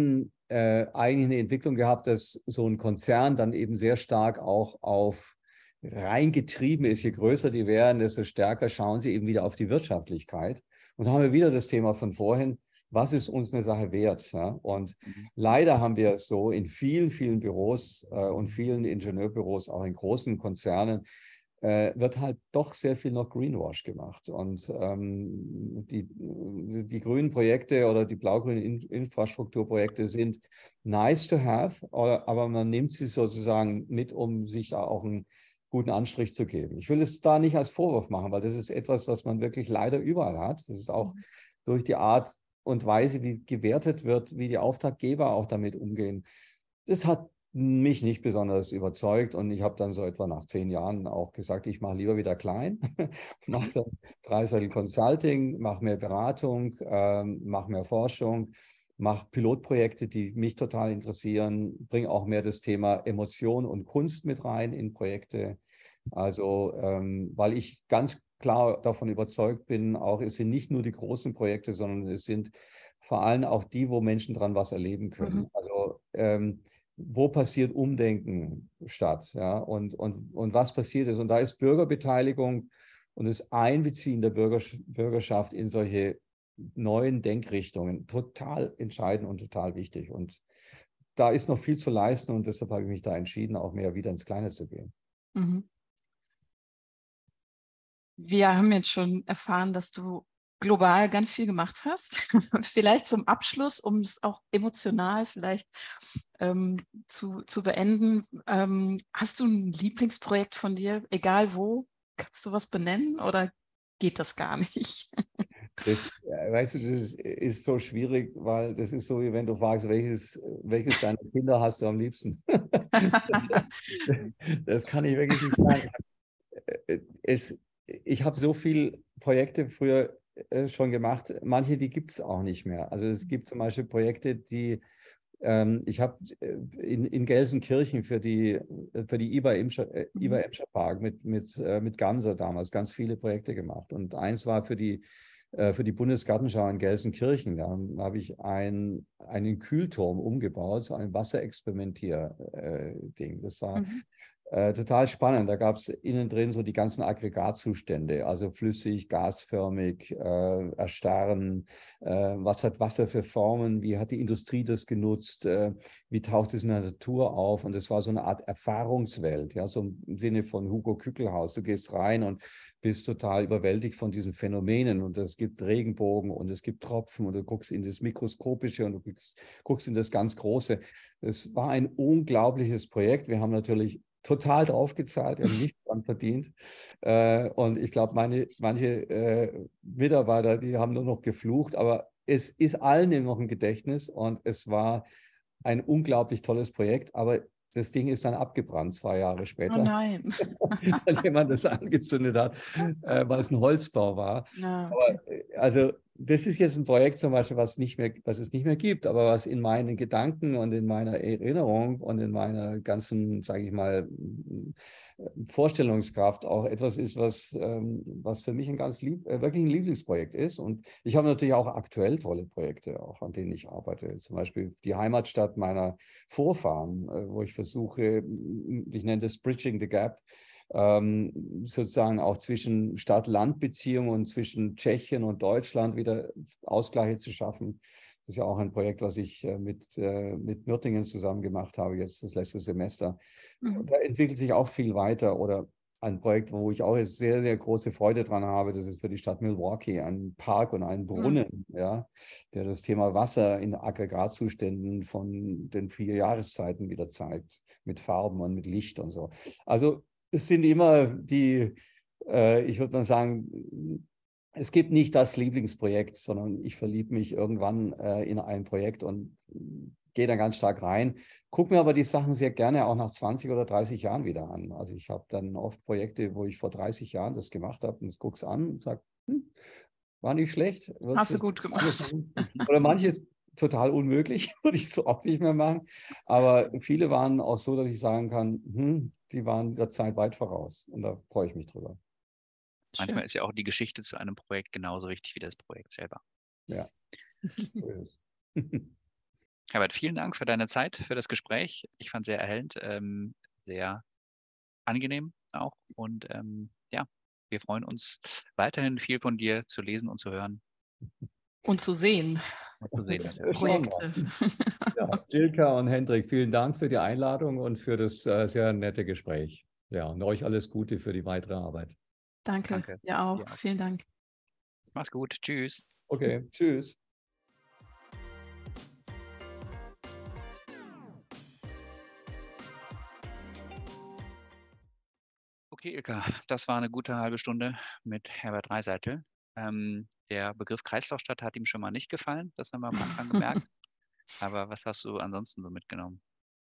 äh, eigentlich eine Entwicklung gehabt, dass so ein Konzern dann eben sehr stark auch auf reingetrieben ist. Je größer die werden, desto stärker schauen sie eben wieder auf die Wirtschaftlichkeit. Und da haben wir wieder das Thema von vorhin, was ist uns eine Sache wert? Ja? Und Mhm. leider haben wir es so in vielen, vielen Büros äh, und vielen Ingenieurbüros, auch in großen Konzernen, äh, wird halt doch sehr viel noch Greenwash gemacht. Und ähm, die, die grünen Projekte oder die blau-grünen In Infrastrukturprojekte sind nice to have, aber man nimmt sie sozusagen mit, um sich da auch einen guten Anstrich zu geben. Ich will es da nicht als Vorwurf machen, weil das ist etwas, was man wirklich leider überall hat. Das ist auch durch die Art und Weise, wie gewertet wird, wie die Auftraggeber auch damit umgehen. Das hat mich nicht besonders überzeugt und ich habe dann so etwa nach zehn Jahren auch gesagt, ich mache lieber wieder klein, mache dann Dreiseitel Consulting, mache mehr Beratung, ähm, mache mehr Forschung, mache Pilotprojekte, die mich total interessieren, bringe auch mehr das Thema Emotion und Kunst mit rein in Projekte. Also, ähm, weil ich ganz klar davon überzeugt bin, auch es sind nicht nur die großen Projekte, sondern es sind vor allem auch die, wo Menschen dran was erleben können. Mhm. Also, ähm, wo passiert Umdenken statt? Ja? Und, und, und was passiert ist? Und da ist Bürgerbeteiligung und das Einbeziehen der Bürger, Bürgerschaft in solche neuen Denkrichtungen total entscheidend und total wichtig. Und da ist noch viel zu leisten und deshalb habe ich mich da entschieden, auch mehr wieder ins Kleine zu gehen. Mhm. Wir haben jetzt schon erfahren, dass du global ganz viel gemacht hast. Vielleicht zum Abschluss, um es auch emotional vielleicht ähm, zu, zu beenden. Ähm, hast du ein Lieblingsprojekt von dir, egal wo? Kannst du was benennen oder geht das gar nicht? Das, weißt du, das ist, ist so schwierig, weil das ist so, wie wenn du fragst, welches, welches deiner Kinder hast du am liebsten? Das kann ich wirklich nicht sagen. Es, ich habe so viele Projekte früher schon gemacht, manche, die gibt es auch nicht mehr. Also es gibt zum Beispiel Projekte, die ähm, ich habe in, in Gelsenkirchen für die, für die I B A Emscher, äh, I B A Emscher Park mit, mit, äh, mit Ganser damals ganz viele Projekte gemacht. Und eins war für die, äh, für die Bundesgartenschau in Gelsenkirchen. Da habe ich ein, einen Kühlturm umgebaut, so ein Wasserexperimentier-Ding. Das war Mhm. Äh, total spannend. Da gab es innen drin so die ganzen Aggregatzustände, also flüssig, gasförmig, äh, erstarren, äh, was hat Wasser für Formen, wie hat die Industrie das genutzt, äh, wie taucht es in der Natur auf, und das war so eine Art Erfahrungswelt, ja, so im Sinne von Hugo Kückelhaus. Du gehst rein und bist total überwältigt von diesen Phänomenen, und es gibt Regenbogen und es gibt Tropfen und du guckst in das Mikroskopische und du guckst, guckst in das ganz Große. Es war ein unglaubliches Projekt. Wir haben natürlich total draufgezahlt, wir haben nichts dran verdient. Äh, und ich glaube, meine, manche äh, Mitarbeiter, die haben nur noch geflucht, aber es ist allen immer noch im Gedächtnis und es war ein unglaublich tolles Projekt, aber das Ding ist dann abgebrannt zwei Jahre Oh später, nein. als jemand das angezündet hat, äh, weil es ein Holzbau war. Ja, Aber okay. äh, also das ist jetzt ein Projekt zum Beispiel, was, nicht mehr, was es nicht mehr gibt, aber was in meinen Gedanken und in meiner Erinnerung und in meiner ganzen, sage ich mal, Vorstellungskraft auch etwas ist, was, ähm, was für mich ein ganz lieb, äh, wirklich ein Lieblingsprojekt ist. Und ich habe natürlich auch aktuell tolle Projekte, auch an denen ich arbeite. Zum Beispiel die Heimatstadt meiner Vorfahren, äh, wo ich versuche, ich nenne das Bridging the Gap, ähm, sozusagen auch zwischen Stadt-Land-Beziehungen und zwischen Tschechien und Deutschland wieder Ausgleiche zu schaffen. Das ist ja auch ein Projekt, was ich äh, mit, äh, mit Mürtingen zusammen gemacht habe, jetzt das letzte Semester. Mhm. Da entwickelt sich auch viel weiter. Oder ein Projekt, wo ich auch jetzt sehr, sehr große Freude dran habe, das ist für die Stadt Milwaukee ein Park und ein Brunnen, mhm. ja, der das Thema Wasser in Aggregatzuständen von den vier Jahreszeiten wieder zeigt, mit Farben und mit Licht und so. Also es sind immer die, äh, ich würde mal sagen, es gibt nicht das Lieblingsprojekt, sondern ich verliebe mich irgendwann äh, in ein Projekt und gehe da ganz stark rein. Gucke mir aber die Sachen sehr gerne auch nach zwanzig oder dreißig Jahren wieder an. Also ich habe dann oft Projekte, wo ich vor dreißig Jahren das gemacht habe, und das gucke es an und sage, hm, war nicht schlecht. Hast du gut gemacht. Oder manches total unmöglich, würde ich so auch nicht mehr machen. Aber viele waren auch so, dass ich sagen kann, hm, die waren der Zeit weit voraus. Und da freue ich mich drüber. Manchmal ist ja auch die Geschichte zu einem Projekt genauso wichtig wie das Projekt selber. Ja. Herbert, vielen Dank für deine Zeit, für das Gespräch. Ich fand es sehr erhellend, ähm, sehr angenehm auch. Und ähm, ja, wir freuen uns weiterhin viel von dir zu lesen und zu hören Und zu sehen. und zu sehen Ja, natürlich. schauen wir. Projekte. Ja, Ilka und Hendrik, vielen Dank für die Einladung und für das äh, sehr nette Gespräch. Ja, und euch alles Gute für die weitere Arbeit. Danke, Danke. ja auch. Dir auch. Vielen Dank. Mach's gut. Tschüss. Okay, tschüss. Okay, Ilka, das war eine gute halbe Stunde mit Herbert Dreiseitel. Ähm, der Begriff Kreislaufstadt hat ihm schon mal nicht gefallen, das haben wir am Anfang gemerkt. Aber was hast du ansonsten so mitgenommen?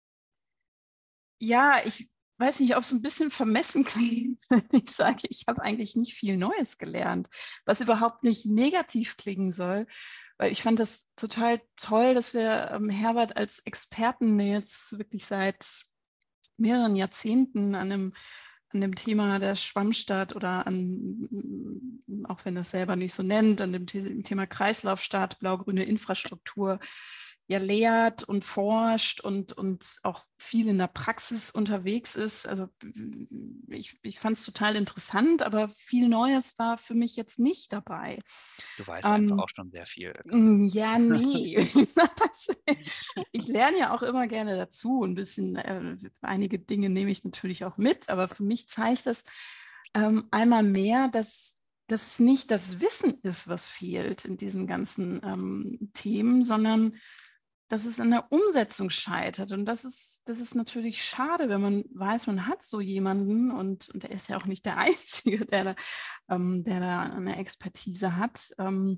Ja, ich weiß nicht, ob es ein bisschen vermessen klingt, wenn ich sage, ich habe eigentlich nicht viel Neues gelernt, was überhaupt nicht negativ klingen soll, weil ich fand das total toll, dass wir ähm, Herbert als Experten jetzt wirklich seit mehreren Jahrzehnten an dem, an dem Thema der Schwammstadt oder an, auch wenn er es selber nicht so nennt, an dem Thema Kreislaufstadt, blau-grüne Infrastruktur ja lehrt und forscht und, und auch viel in der Praxis unterwegs ist. Also ich, ich fand es total interessant, aber viel Neues war für mich jetzt nicht dabei. Du weißt Ähm, einfach auch schon sehr viel. ja, nee. Ich lerne ja auch immer gerne dazu. Ein bisschen, äh, einige Dinge nehme ich natürlich auch mit, aber für mich zeigt das ähm, einmal mehr, dass dass es nicht das Wissen ist, was fehlt in diesen ganzen ähm, Themen, sondern dass es in der Umsetzung scheitert. Und das ist, das ist natürlich schade, wenn man weiß, man hat so jemanden und, und der ist ja auch nicht der Einzige, der da, ähm, der da eine Expertise hat. Ähm,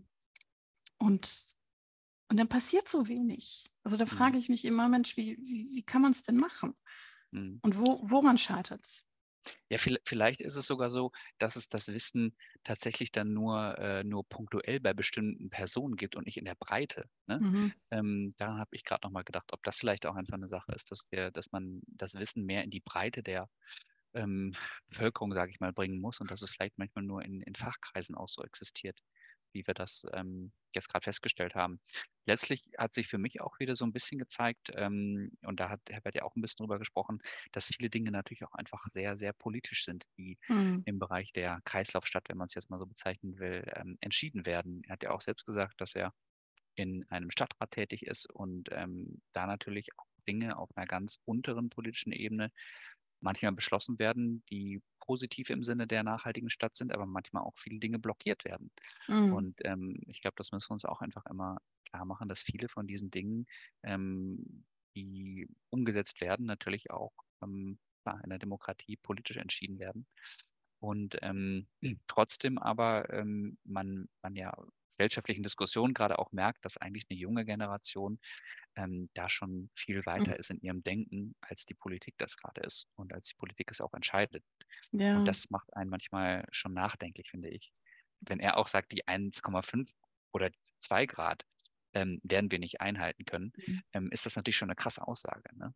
und, und dann passiert so wenig. Also da frage Mhm. ich mich immer, Mensch, wie, wie, wie kann man es denn machen? Mhm. Und wo, woran scheitert es? Ja, viel- vielleicht ist es sogar so, dass es das Wissen tatsächlich dann nur, äh, nur punktuell bei bestimmten Personen gibt und nicht in der Breite. Ne? Mhm. Ähm, daran habe ich gerade nochmal gedacht, ob das vielleicht auch einfach eine Sache ist, dass wir, dass man das Wissen mehr in die Breite der ähm, Bevölkerung, sage ich mal, bringen muss und dass es vielleicht manchmal nur in, in Fachkreisen auch so existiert, wie wir das ähm, jetzt gerade festgestellt haben. Letztlich hat sich für mich auch wieder so ein bisschen gezeigt, ähm, und da hat Herbert ja auch ein bisschen drüber gesprochen, dass viele Dinge natürlich auch einfach sehr, sehr politisch sind, die Mhm. im Bereich der Kreislaufstadt, wenn man es jetzt mal so bezeichnen will, ähm, entschieden werden. Er hat ja auch selbst gesagt, dass er in einem Stadtrat tätig ist und ähm, da natürlich auch Dinge auf einer ganz unteren politischen Ebene manchmal beschlossen werden, die positiv im Sinne der nachhaltigen Stadt sind, aber manchmal auch viele Dinge blockiert werden. Mhm. Und ähm, ich glaube, das müssen wir uns auch einfach immer klar machen, dass viele von diesen Dingen, ähm, die umgesetzt werden, natürlich auch ähm, in der Demokratie politisch entschieden werden. Und ähm, trotzdem aber ähm, man, man ja gesellschaftlichen Diskussionen gerade auch merkt, dass eigentlich eine junge Generation ähm, da schon viel Mhm. weiter ist in ihrem Denken, als die Politik das gerade ist und als die Politik es auch entscheidet. Und Ja. das macht einen manchmal schon nachdenklich, finde ich. Wenn er auch sagt, die eins Komma fünf oder zwei Grad ähm, werden wir nicht einhalten können, Mhm. ähm, ist das natürlich schon eine krasse Aussage. Ne?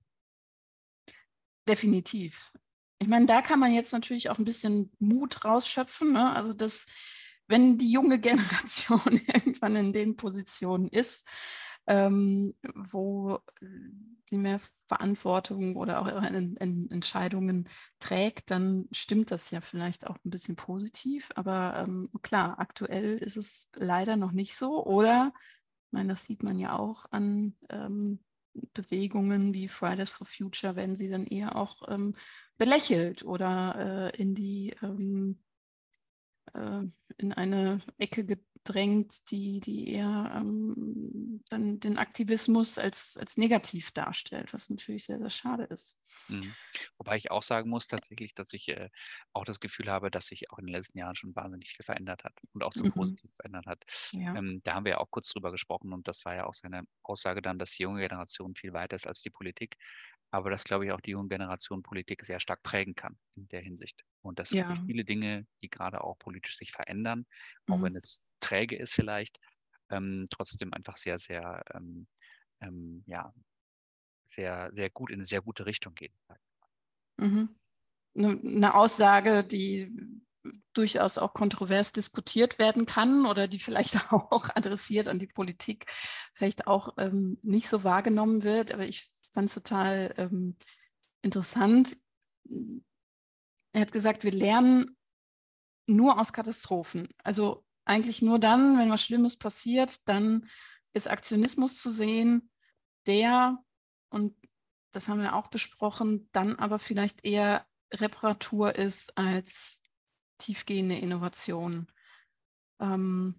Definitiv. Ich meine, da kann man jetzt natürlich auch ein bisschen Mut rausschöpfen. Ne? Also, dass, wenn die junge Generation irgendwann in den Positionen ist, ähm, wo sie mehr Verantwortung oder auch ihre en en Entscheidungen trägt, dann stimmt das ja vielleicht auch ein bisschen positiv. Aber ähm, klar, aktuell ist es leider noch nicht so. Oder, ich meine, das sieht man ja auch an ähm, Bewegungen wie Fridays for Future, werden sie dann eher auch ähm, belächelt oder äh, in die ähm, äh, in eine Ecke gedrängt, die, die eher ähm, dann den Aktivismus als, als negativ darstellt, was natürlich sehr, sehr schade ist. Mhm. Wobei ich auch sagen muss tatsächlich, dass ich äh, auch das Gefühl habe, dass sich auch in den letzten Jahren schon wahnsinnig viel verändert hat und auch zum Mhm. Positiven verändert hat. Ja. Ähm, da haben wir ja auch kurz drüber gesprochen und das war ja auch seine Aussage dann, dass die junge Generation viel weiter ist als die Politik, aber dass, glaube ich, auch die junge Generation Politik sehr stark prägen kann in der Hinsicht. Und dass Ja. viele Dinge, die gerade auch politisch sich verändern, auch Mhm. wenn es träge ist vielleicht, ähm, trotzdem einfach sehr, sehr, ähm, ähm, ja, sehr, sehr gut in eine sehr gute Richtung gehen. Mhm. Eine, eine Aussage, die durchaus auch kontrovers diskutiert werden kann oder die vielleicht auch adressiert an die Politik vielleicht auch ähm, nicht so wahrgenommen wird. Aber ich fand es total ähm, interessant. Er hat gesagt, wir lernen nur aus Katastrophen. Also eigentlich nur dann, wenn was Schlimmes passiert, dann ist Aktionismus zu sehen, der, und das haben wir auch besprochen, dann aber vielleicht eher Reparatur ist als tiefgehende Innovation. Ähm,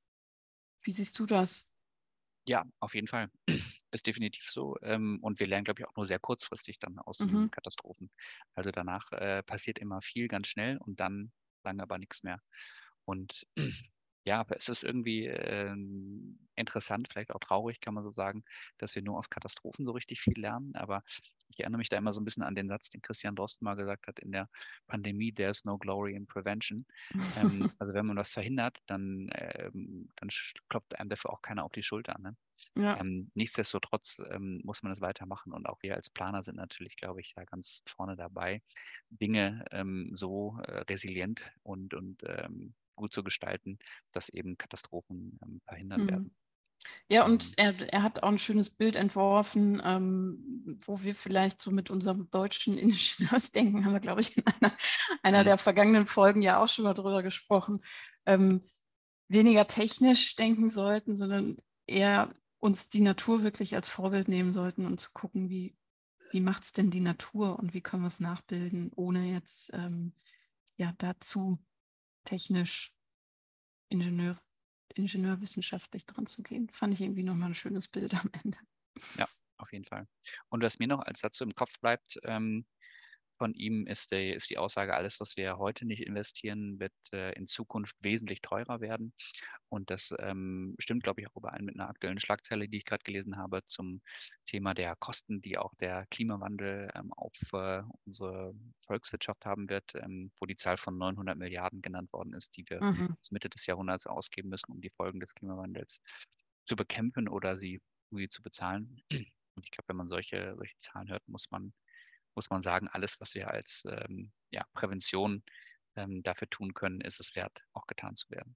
wie siehst du das? Ja, auf jeden Fall. Ist definitiv so. Ähm, und wir lernen, glaube ich, auch nur sehr kurzfristig dann aus den Mhm. Katastrophen. Also danach äh, passiert immer viel ganz schnell und dann lange aber nichts mehr. Und ja, aber es ist irgendwie ähm, interessant, vielleicht auch traurig, kann man so sagen, dass wir nur aus Katastrophen so richtig viel lernen. Aber ich erinnere mich da immer so ein bisschen an den Satz, den Christian Drosten mal gesagt hat in der Pandemie: There's no glory in prevention. Ähm, also wenn man was verhindert, dann, ähm, dann sch- klopft einem dafür auch keiner auf die Schulter, ne? Ja. Ähm, nichtsdestotrotz ähm, muss man es weitermachen, und auch wir als Planer sind natürlich, glaube ich, da ganz vorne dabei, Dinge ähm, so äh, resilient und, und ähm, gut zu gestalten, dass eben Katastrophen ähm, verhindert Mhm. werden. Ja, und Ähm, er, er hat auch ein schönes Bild entworfen, ähm, wo wir vielleicht so mit unserem deutschen Ingenieursdenken, haben wir, glaube ich, in einer, einer Mhm. der vergangenen Folgen ja auch schon mal drüber gesprochen, ähm, weniger technisch denken sollten, sondern eher uns die Natur wirklich als Vorbild nehmen sollten und zu gucken, wie, wie macht es denn die Natur und wie können wir es nachbilden, ohne jetzt ähm, ja, dazu technisch Ingenieur, ingenieurwissenschaftlich dran zu gehen. Fand ich irgendwie nochmal ein schönes Bild am Ende. Ja, auf jeden Fall. Und was mir noch als Satz so im Kopf bleibt, ähm, von ihm ist die, ist die Aussage: Alles, was wir heute nicht investieren, wird äh, in Zukunft wesentlich teurer werden. Und das ähm, stimmt, glaube ich, auch überein mit einer aktuellen Schlagzeile, die ich gerade gelesen habe, zum Thema der Kosten, die auch der Klimawandel ähm, auf äh, unsere Volkswirtschaft haben wird, ähm, wo die Zahl von neunhundert Milliarden genannt worden ist, die wir Mhm. bis Mitte des Jahrhunderts ausgeben müssen, um die Folgen des Klimawandels zu bekämpfen oder sie irgendwie zu bezahlen. Und ich glaube, wenn man solche, solche Zahlen hört, muss man, muss man sagen, alles, was wir als ähm, ja, Prävention ähm, dafür tun können, ist es wert, auch getan zu werden.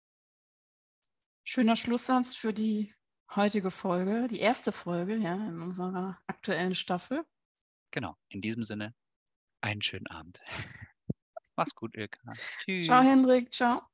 Schöner Schlusssatz für die heutige Folge, die erste Folge ja, in unserer aktuellen Staffel. Genau, in diesem Sinne, einen schönen Abend. Mach's gut, Ilka. Ciao, Tschüss. Hendrik. Ciao.